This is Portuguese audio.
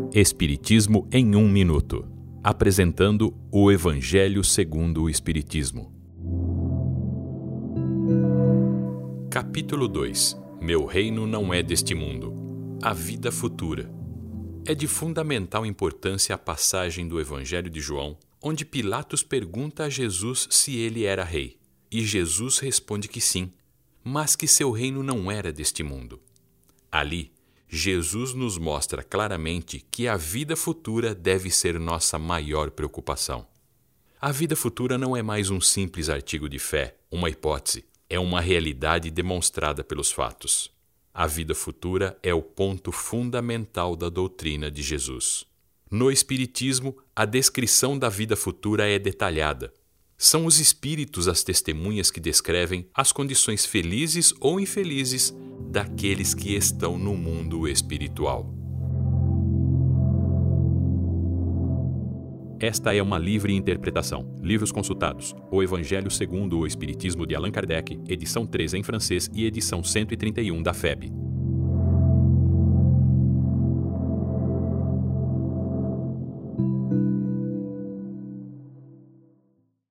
Espiritismo em 1 minuto. Apresentando o Evangelho segundo o Espiritismo. Capítulo 2. Meu reino não é deste mundo. A vida futura. É de fundamental importância a passagem do Evangelho de João, onde Pilatos pergunta a Jesus se ele era rei. E Jesus responde que sim, mas que seu reino não era deste mundo. Ali, Jesus nos mostra claramente que a vida futura deve ser nossa maior preocupação. A vida futura não é mais um simples artigo de fé, uma hipótese, é uma realidade demonstrada pelos fatos. A vida futura é o ponto fundamental da doutrina de Jesus. No Espiritismo, a descrição da vida futura é detalhada. São os espíritos as testemunhas que descrevem as condições felizes ou infelizes daqueles que estão no mundo espiritual. Esta é uma livre interpretação. Livros consultados: O Evangelho segundo o Espiritismo de Allan Kardec, edição 3 em francês e edição 131 da FEB.